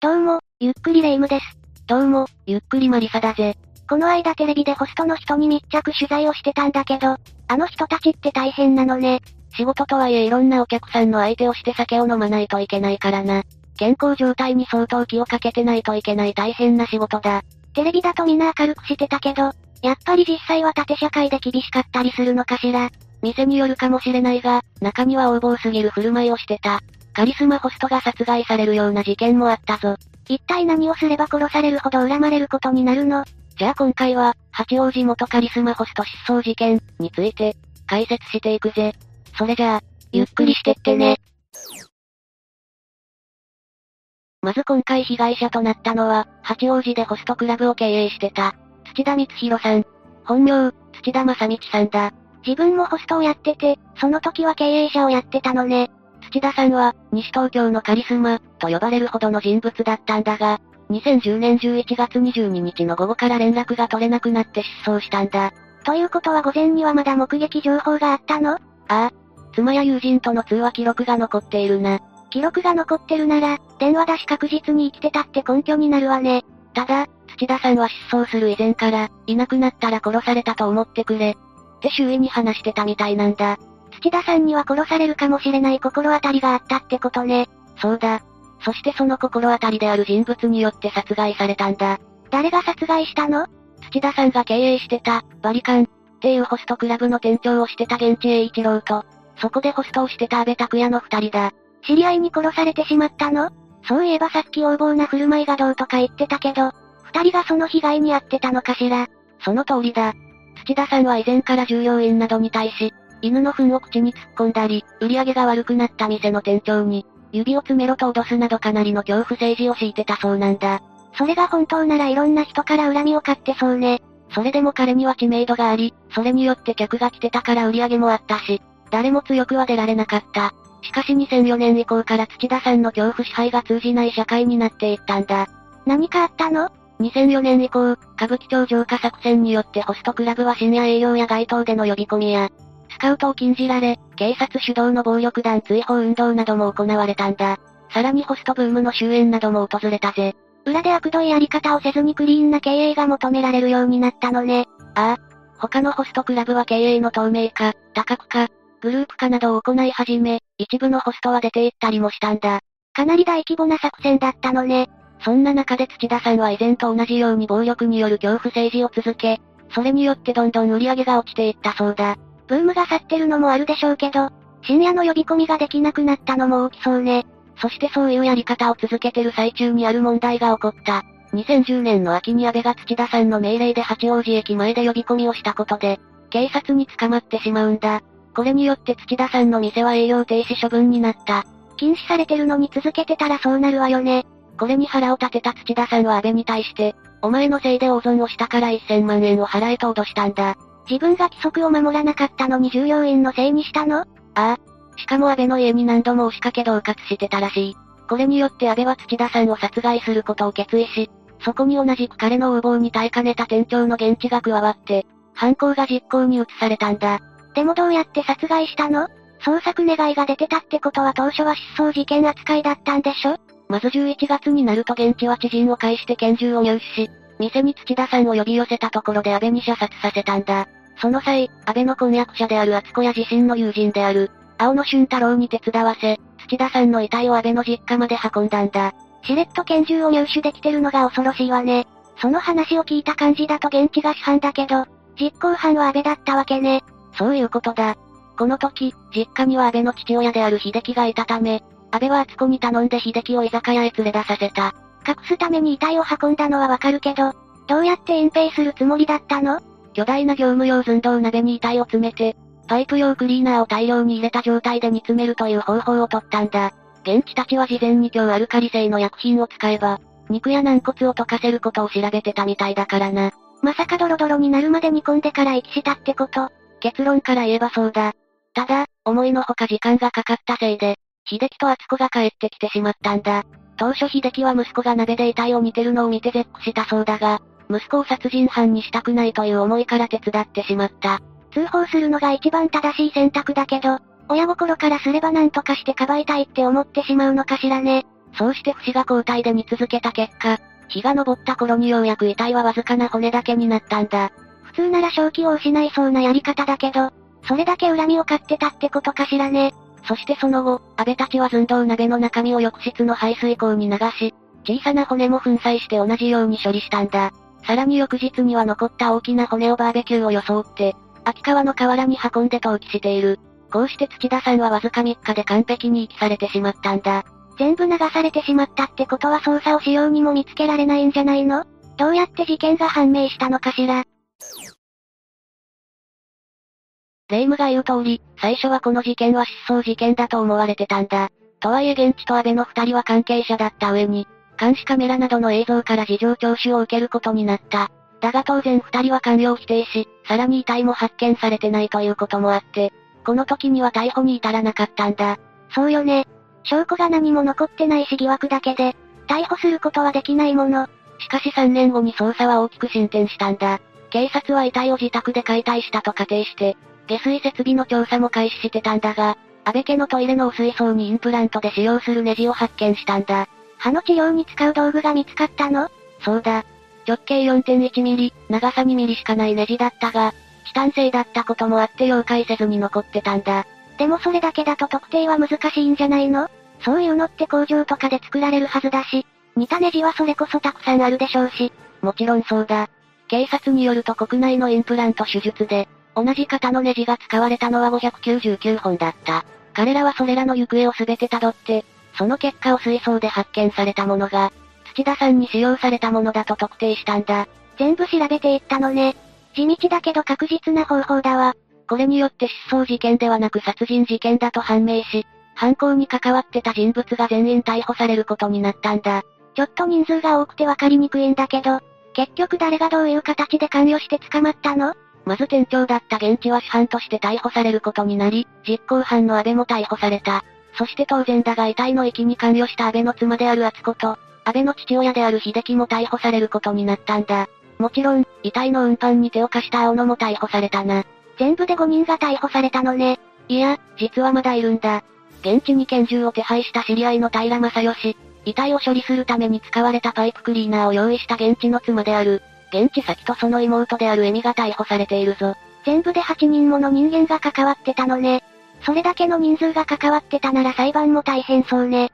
どうも、ゆっくりレ夢ムです。 どうも、ゆっくりマリサだぜ。 この間テレビでホストの人に密着取材をしてたんだけど、あの人たちって大変なのね。 仕事とはいえいろんなお客さんの相手をして酒を飲まないといけないからな。健康状態に相当気をかけてないといけない大変な仕事だ。 テレビだとみんな明るくしてたけど、やっぱり実際は縦社会で厳しかったりするのかしら。 店によるかもしれないが、中には横暴すぎる振る舞いをしてた。カリスマホストが殺害されるような事件もあったぞ。 一体何をすれば殺されるほど恨まれることになるの？ じゃあ今回は、八王子元カリスマホスト失踪事件について、解説していくぜ。それじゃあ、ゆっくりしてってね。まず今回被害者となったのは、八王子でホストクラブを経営してた、土田光弘さん。本名、土田正道さんだ。 自分もホストをやってて、その時は経営者をやってたのね。 土田さんは、西東京のカリスマ、と呼ばれるほどの人物だったんだが、2010年11月22日の午後から連絡が取れなくなって失踪したんだ。 ということは午前にはまだ目撃情報があったの？ ああ。妻や友人との通話記録が残っているな。 記録が残ってるなら、電話だし確実に生きてたって根拠になるわね。 ただ、土田さんは失踪する以前から、いなくなったら殺されたと思ってくれ。って周囲に話してたみたいなんだ。 土田さんには殺されるかもしれない心当たりがあったってことね。 そうだ。そしてその心当たりである人物によって殺害されたんだ。 誰が殺害したの？ 土田さんが経営してた、バリカンっていうホストクラブの店長をしてた現地栄一郎と、そこでホストをしてた阿部拓也の二人だ。 知り合いに殺されてしまったの？そういえばさっき横暴な振る舞いがどうとか言ってたけど、二人がその被害に遭ってたのかしら？ その通りだ。土田さんは以前から従業員などに対し、犬の糞を口に突っ込んだり、売り上げが悪くなった店の店長に、指を詰めろと脅すなどかなりの恐怖政治を敷いてたそうなんだ。 それが本当ならいろんな人から恨みを買ってそうね。 それでも彼には知名度があり、それによって客が来てたから売り上げもあったし、誰も強くは出られなかった。しかし2004年以降から土田さんの恐怖支配が通じない社会になっていったんだ。 何かあったの ？2004年以降、歌舞伎町浄化作戦によってホストクラブは深夜営業や街頭での呼び込みや、スカウトを禁じられ、警察主導の暴力団追放運動なども行われたんだ。さらにホストブームの終焉なども訪れたぜ。 裏で悪どいやり方をせずにクリーンな経営が求められるようになったのね。 ああ。他のホストクラブは経営の透明化、多角化、グループ化などを行い始め、一部のホストは出て行ったりもしたんだ。 かなり大規模な作戦だったのね。 そんな中で土田さんは以前と同じように暴力による恐怖政治を続け、それによってどんどん売り上げが落ちていったそうだ。 ブームが去ってるのもあるでしょうけど、深夜の呼び込みができなくなったのも大きそうね。 そしてそういうやり方を続けてる最中にある問題が起こった。2010年の秋に安倍が土田さんの命令で八王子駅前で呼び込みをしたことで、警察に捕まってしまうんだ。これによって土田さんの店は営業停止処分になった。 禁止されてるのに続けてたらそうなるわよね。 これに腹を立てた土田さんは安倍に対して、お前のせいで大損をしたから1000万円を払えと脅したんだ。 自分が規則を守らなかったのに従業員のせいにしたの？ ああ。しかも安倍の家に何度も押しかけ恫喝してたらしい。これによって安倍は土田さんを殺害することを決意し、そこに同じく彼の横暴に耐えかねた店長の現地が加わって、犯行が実行に移されたんだ。 でもどうやって殺害したの？捜索願いが出てたってことは当初は失踪事件扱いだったんでしょ？ まず11月になると現地は知人を介して拳銃を入手し、店に土田さんを呼び寄せたところで安倍に射殺させたんだ。その際、安倍の婚約者である敦子や自身の友人である、青野俊太郎に手伝わせ、土田さんの遺体を安倍の実家まで運んだんだ。 しれっと拳銃を入手できてるのが恐ろしいわね。その話を聞いた感じだと現地が主犯だけど、実行犯は安倍だったわけね。 そういうことだ。この時、実家には安倍の父親である秀樹がいたため、安倍は敦子に頼んで秀樹を居酒屋へ連れ出させた。 隠すために遺体を運んだのはわかるけど、どうやって隠蔽するつもりだったの？ 巨大な業務用寸胴鍋に遺体を詰めて、パイプ用クリーナーを大量に入れた状態で煮詰めるという方法を取ったんだ。現地たちは事前に強アルカリ性の薬品を使えば、肉や軟骨を溶かせることを調べてたみたいだからな。 まさかドロドロになるまで煮込んでから遺棄したってこと？ 結論から言えばそうだ。ただ、思いのほか時間がかかったせいで、秀樹と敦子が帰ってきてしまったんだ。当初秀樹は息子が鍋で遺体を煮てるのを見て絶句したそうだが、息子を殺人犯にしたくないという思いから手伝ってしまった。 通報するのが一番正しい選択だけど、親心からすれば何とかしてかばいたいって思ってしまうのかしらね。 そうして不死が交代で見続けた結果、日が昇った頃にようやく遺体はわずかな骨だけになったんだ。 普通なら正気を失いそうなやり方だけど、それだけ恨みを買ってたってことかしらね。 そしてその後、安倍たちは寸胴鍋の中身を浴室の排水溝に流し、小さな骨も粉砕して同じように処理したんだ。さらに翌日には残った大きな骨をバーベキューを装って、秋川の河原に運んで投棄している。こうして土田さんはわずか3日で完璧に遺棄されてしまったんだ。 全部流されてしまったってことは捜査をしようにも見つけられないんじゃないの？どうやって事件が判明したのかしら？ 霊夢が言う通り、最初はこの事件は失踪事件だと思われてたんだ。とはいえ現地と安倍の二人は関係者だった上に、監視カメラなどの映像から事情聴取を受けることになった。だが当然二人は関与を否定し、さらに遺体も発見されてないということもあって、この時には逮捕に至らなかったんだ。 そうよね。証拠が何も残ってないし疑惑だけで、逮捕することはできないもの。 しかし3年後に捜査は大きく進展したんだ。警察は遺体を自宅で解体したと仮定して、下水設備の調査も開始してたんだが、安倍家のトイレの雨水槽にインプラントで使用するネジを発見したんだ。 歯の治療に使う道具が見つかったの？ そうだ。直径 4.1 ミリ、長さ2ミリしかないネジだったが、チタン製だったこともあって溶解せずに残ってたんだ。 でもそれだけだと特定は難しいんじゃないの？そういうのって工場とかで作られるはずだし、似たネジはそれこそたくさんあるでしょうし。 もちろんそうだ。警察によると国内のインプラント手術で、同じ型のネジが使われたのは599本だった。彼らはそれらの行方をすべて辿って、その結果を水槽で発見されたものが、土田さんに使用されたものだと特定したんだ。 全部調べていったのね。地道だけど確実な方法だわ。 これによって失踪事件ではなく殺人事件だと判明し、犯行に関わってた人物が全員逮捕されることになったんだ。 ちょっと人数が多くてわかりにくいんだけど、結局誰がどういう形で関与して捕まったの？ まず店長だった現地は主犯として逮捕されることになり、実行犯の安倍も逮捕された。そして当然だが遺体の遺棄に関与した安倍の妻である敦子と、安倍の父親である秀樹も逮捕されることになったんだ。もちろん、遺体の運搬に手を貸した青野も逮捕されたな。 全部で5人が逮捕されたのね。 いや、実はまだいるんだ。現地に拳銃を手配した知り合いの平正義、遺体を処理するために使われたパイプクリーナーを用意した現地の妻である、現地先とその妹である恵美が逮捕されているぞ。 全部で8人もの人間が関わってたのね。それだけの人数が関わってたなら裁判も大変そうね。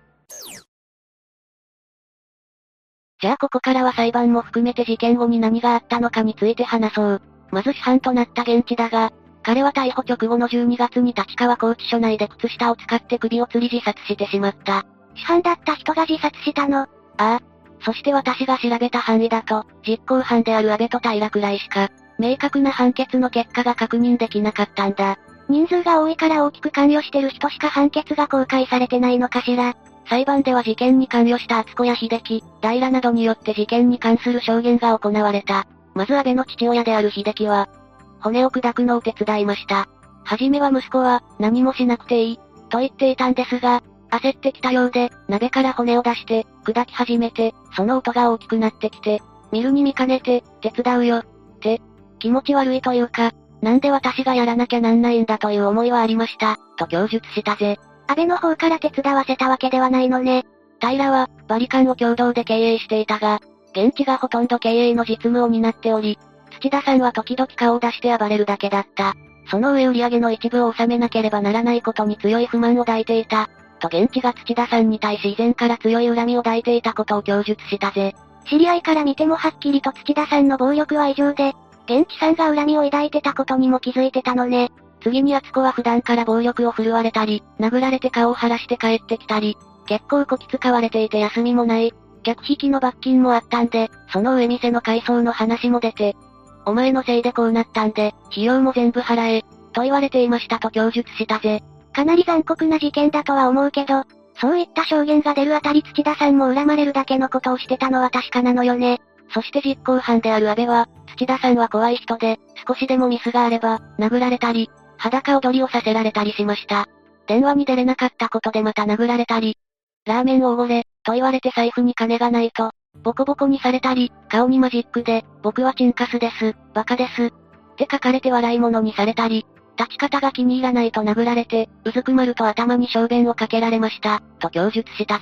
じゃあここからは裁判も含めて事件後に何があったのかについて話そう。まず主犯となった現地だが、彼は逮捕直後の12月に立川拘置所内で靴下を使って首を吊り自殺してしまった。 主犯だった人が自殺したの？ ああ。そして私が調べた範囲だと、実行犯である安倍と平くらいしか、明確な判決の結果が確認できなかったんだ。 人数が多いから大きく関与してる人しか判決が公開されてないのかしら。 裁判では事件に関与した敦子や秀樹、平などによって事件に関する証言が行われた。まず安倍の父親である秀樹は、骨を砕くのを手伝いました。はじめは息子は、何もしなくていい、と言っていたんですが、焦ってきたようで、鍋から骨を出して、砕き始めて、その音が大きくなってきて、見るに見かねて、手伝うよ、って、気持ち悪いというか、なんで私がやらなきゃなんないんだという思いはありました、と供述したぜ。 安倍の方から手伝わせたわけではないのね。 平は、バリカンを共同で経営していたが、現地がほとんど経営の実務を担っており、土田さんは時々顔を出して暴れるだけだった。その上売上の一部を納めなければならないことに強い不満を抱いていた。と現地が土田さんに対し以前から強い恨みを抱いていたことを供述したぜ。 知り合いから見てもはっきりと土田さんの暴力は異常で、現地さんが恨みを抱いてたことにも気づいてたのね。 次に敦子は普段から暴力を振るわれたり、殴られて顔を腫らして帰ってきたり、結構こき使われていて休みもない、客引きの罰金もあったんで、その上店の改装の話も出て、お前のせいでこうなったんで、費用も全部払え、と言われていましたと供述したぜ。 かなり残酷な事件だとは思うけど、そういった証言が出るあたり土田さんも恨まれるだけのことをしてたのは確かなのよね。 そして実行犯である安倍は、土田さんは怖い人で、少しでもミスがあれば、殴られたり、裸踊りをさせられたりしました。電話に出れなかったことでまた殴られたり、ラーメンをおごれ、と言われて財布に金がないと、ボコボコにされたり、顔にマジックで、僕はチンカスです、バカです、って書かれて笑い物にされたり、立ち方が気に入らないと殴られて、うずくまると頭に小便をかけられました、と供述したぞ。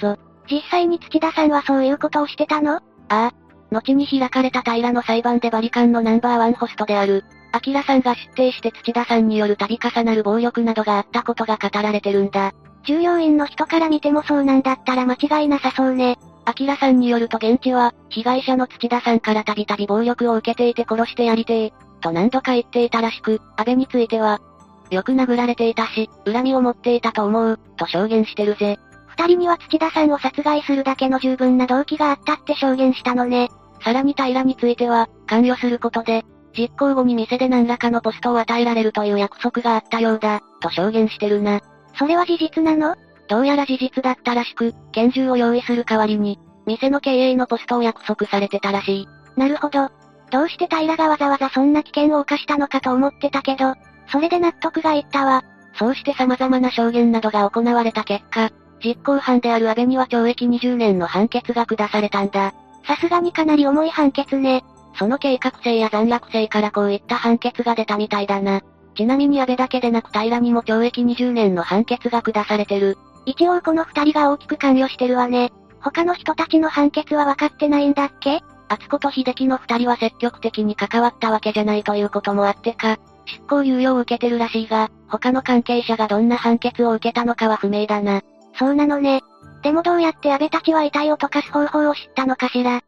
実際に土田さんはそういうことをしてたの？ ああ。後に開かれた平の裁判でバリカンのナンバー1ホストである、明さんが出廷して土田さんによる度重なる暴力などがあったことが語られてるんだ。 従業員の人から見てもそうなんだったら間違いなさそうね。 明さんによると現地は、被害者の土田さんからたびたび暴力を受けていて殺してやりてえ、と何度か言っていたらしく、安倍については、よく殴られていたし、恨みを持っていたと思う、と証言してるぜ。 二人には土田さんを殺害するだけの十分な動機があったって証言したのね。 さらに平については、関与することで、実行後に店で何らかのポストを与えられるという約束があったようだ、と証言してるな。 それは事実なの？ どうやら事実だったらしく、拳銃を用意する代わりに、店の経営のポストを約束されてたらしい。 なるほど。どうして平がわざわざそんな危険を冒したのかと思ってたけど、それで納得がいったわ。 そうして様々な証言などが行われた結果、実行犯である安倍には懲役20年の判決が下されたんだ。 さすがにかなり重い判決ね。 その計画性や残虐性からこういった判決が出たみたいだな。ちなみに安倍だけでなく平にも懲役20年の判決が下されてる。 一応この二人が大きく関与してるわね。他の人たちの判決は分かってないんだっけ？ 敦子と秀樹の二人は積極的に関わったわけじゃないということもあってか、執行猶予を受けてるらしいが、他の関係者がどんな判決を受けたのかは不明だな。 そうなのね。でもどうやって安倍たちは遺体を溶かす方法を知ったのかしら。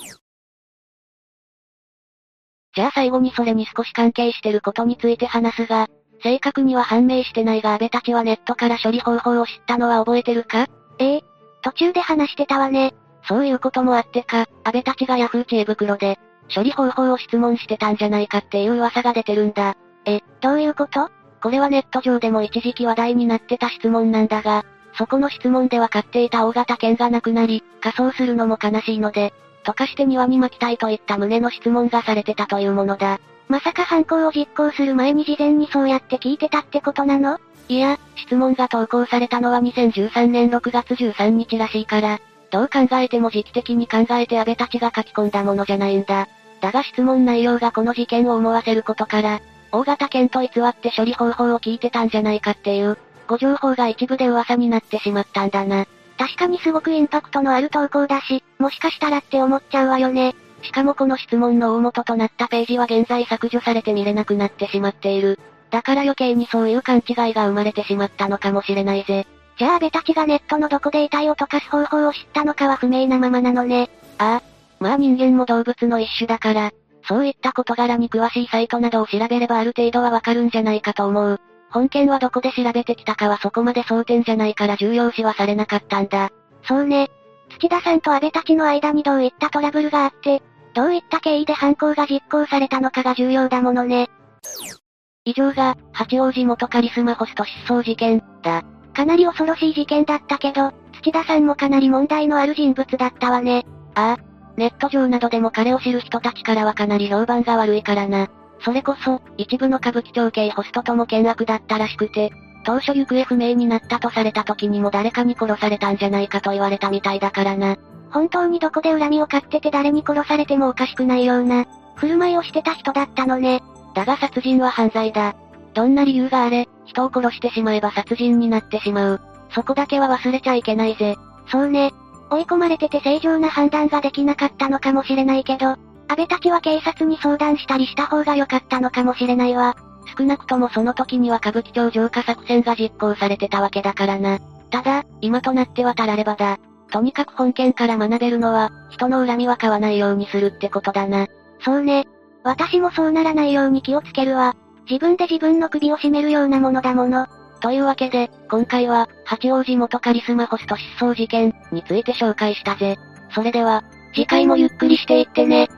じゃあ最後にそれに少し関係してることについて話すが、正確には判明してないが安倍たちはネットから処理方法を知ったのは覚えてるか？ 途中で話してたわね。 そういうこともあってか、安倍たちがヤフー知恵袋で、処理方法を質問してたんじゃないかっていう噂が出てるんだ。 どういうこと？ これはネット上でも一時期話題になってた質問なんだが、そこの質問では飼っていた大型犬がなくなり、火葬するのも悲しいので、溶かして庭に巻きたいといった旨の質問がされてたというものだ。 まさか犯行を実行する前に事前にそうやって聞いてたってことなの？ いや、質問が投稿されたのは2013年6月13日らしいから、どう考えても時期的に考えて安倍たちが書き込んだものじゃないんだ。だが質問内容がこの事件を思わせることから、大型犬と偽って処理方法を聞いてたんじゃないかっていう、ご情報が一部で噂になってしまったんだな。 確かにすごくインパクトのある投稿だし、もしかしたらって思っちゃうわよね。 しかもこの質問の大元となったページは現在削除されて見れなくなってしまっている。だから余計にそういう勘違いが生まれてしまったのかもしれないぜ。 じゃあ安倍たちがネットのどこで遺体を溶かす方法を知ったのかは不明なままなのね。 ああ。まあ人間も動物の一種だから、そういった事柄に詳しいサイトなどを調べればある程度はわかるんじゃないかと思う。本件はどこで調べてきたかはそこまで争点じゃないから重要視はされなかったんだ。 そうね。土田さんと安倍たちの間にどういったトラブルがあって、どういった経緯で犯行が実行されたのかが重要だものね。 以上が、八王子元カリスマホスト失踪事件、だ。 かなり恐ろしい事件だったけど、土田さんもかなり問題のある人物だったわね。 ああ。ネット上などでも彼を知る人たちからはかなり評判が悪いからな。それこそ、一部の歌舞伎町系ホストとも険悪だったらしくて、当初行方不明になったとされた時にも誰かに殺されたんじゃないかと言われたみたいだからな。 本当にどこで恨みを買ってて誰に殺されてもおかしくないような、振る舞いをしてた人だったのね。 だが殺人は犯罪だ。どんな理由があれ、人を殺してしまえば殺人になってしまう。そこだけは忘れちゃいけないぜ。 そうね。追い込まれてて正常な判断ができなかったのかもしれないけど、安倍たちは警察に相談したりした方が良かったのかもしれないわ。 少なくともその時には歌舞伎町浄化作戦が実行されてたわけだからな。ただ、今となってはたらればだ。とにかく本件から学べるのは、人の恨みは買わないようにするってことだな。 そうね。私もそうならないように気をつけるわ。自分で自分の首を絞めるようなものだもの。 というわけで、今回は、八王子元カリスマホスト失踪事件について紹介したぜ。それでは、次回もゆっくりしていってね。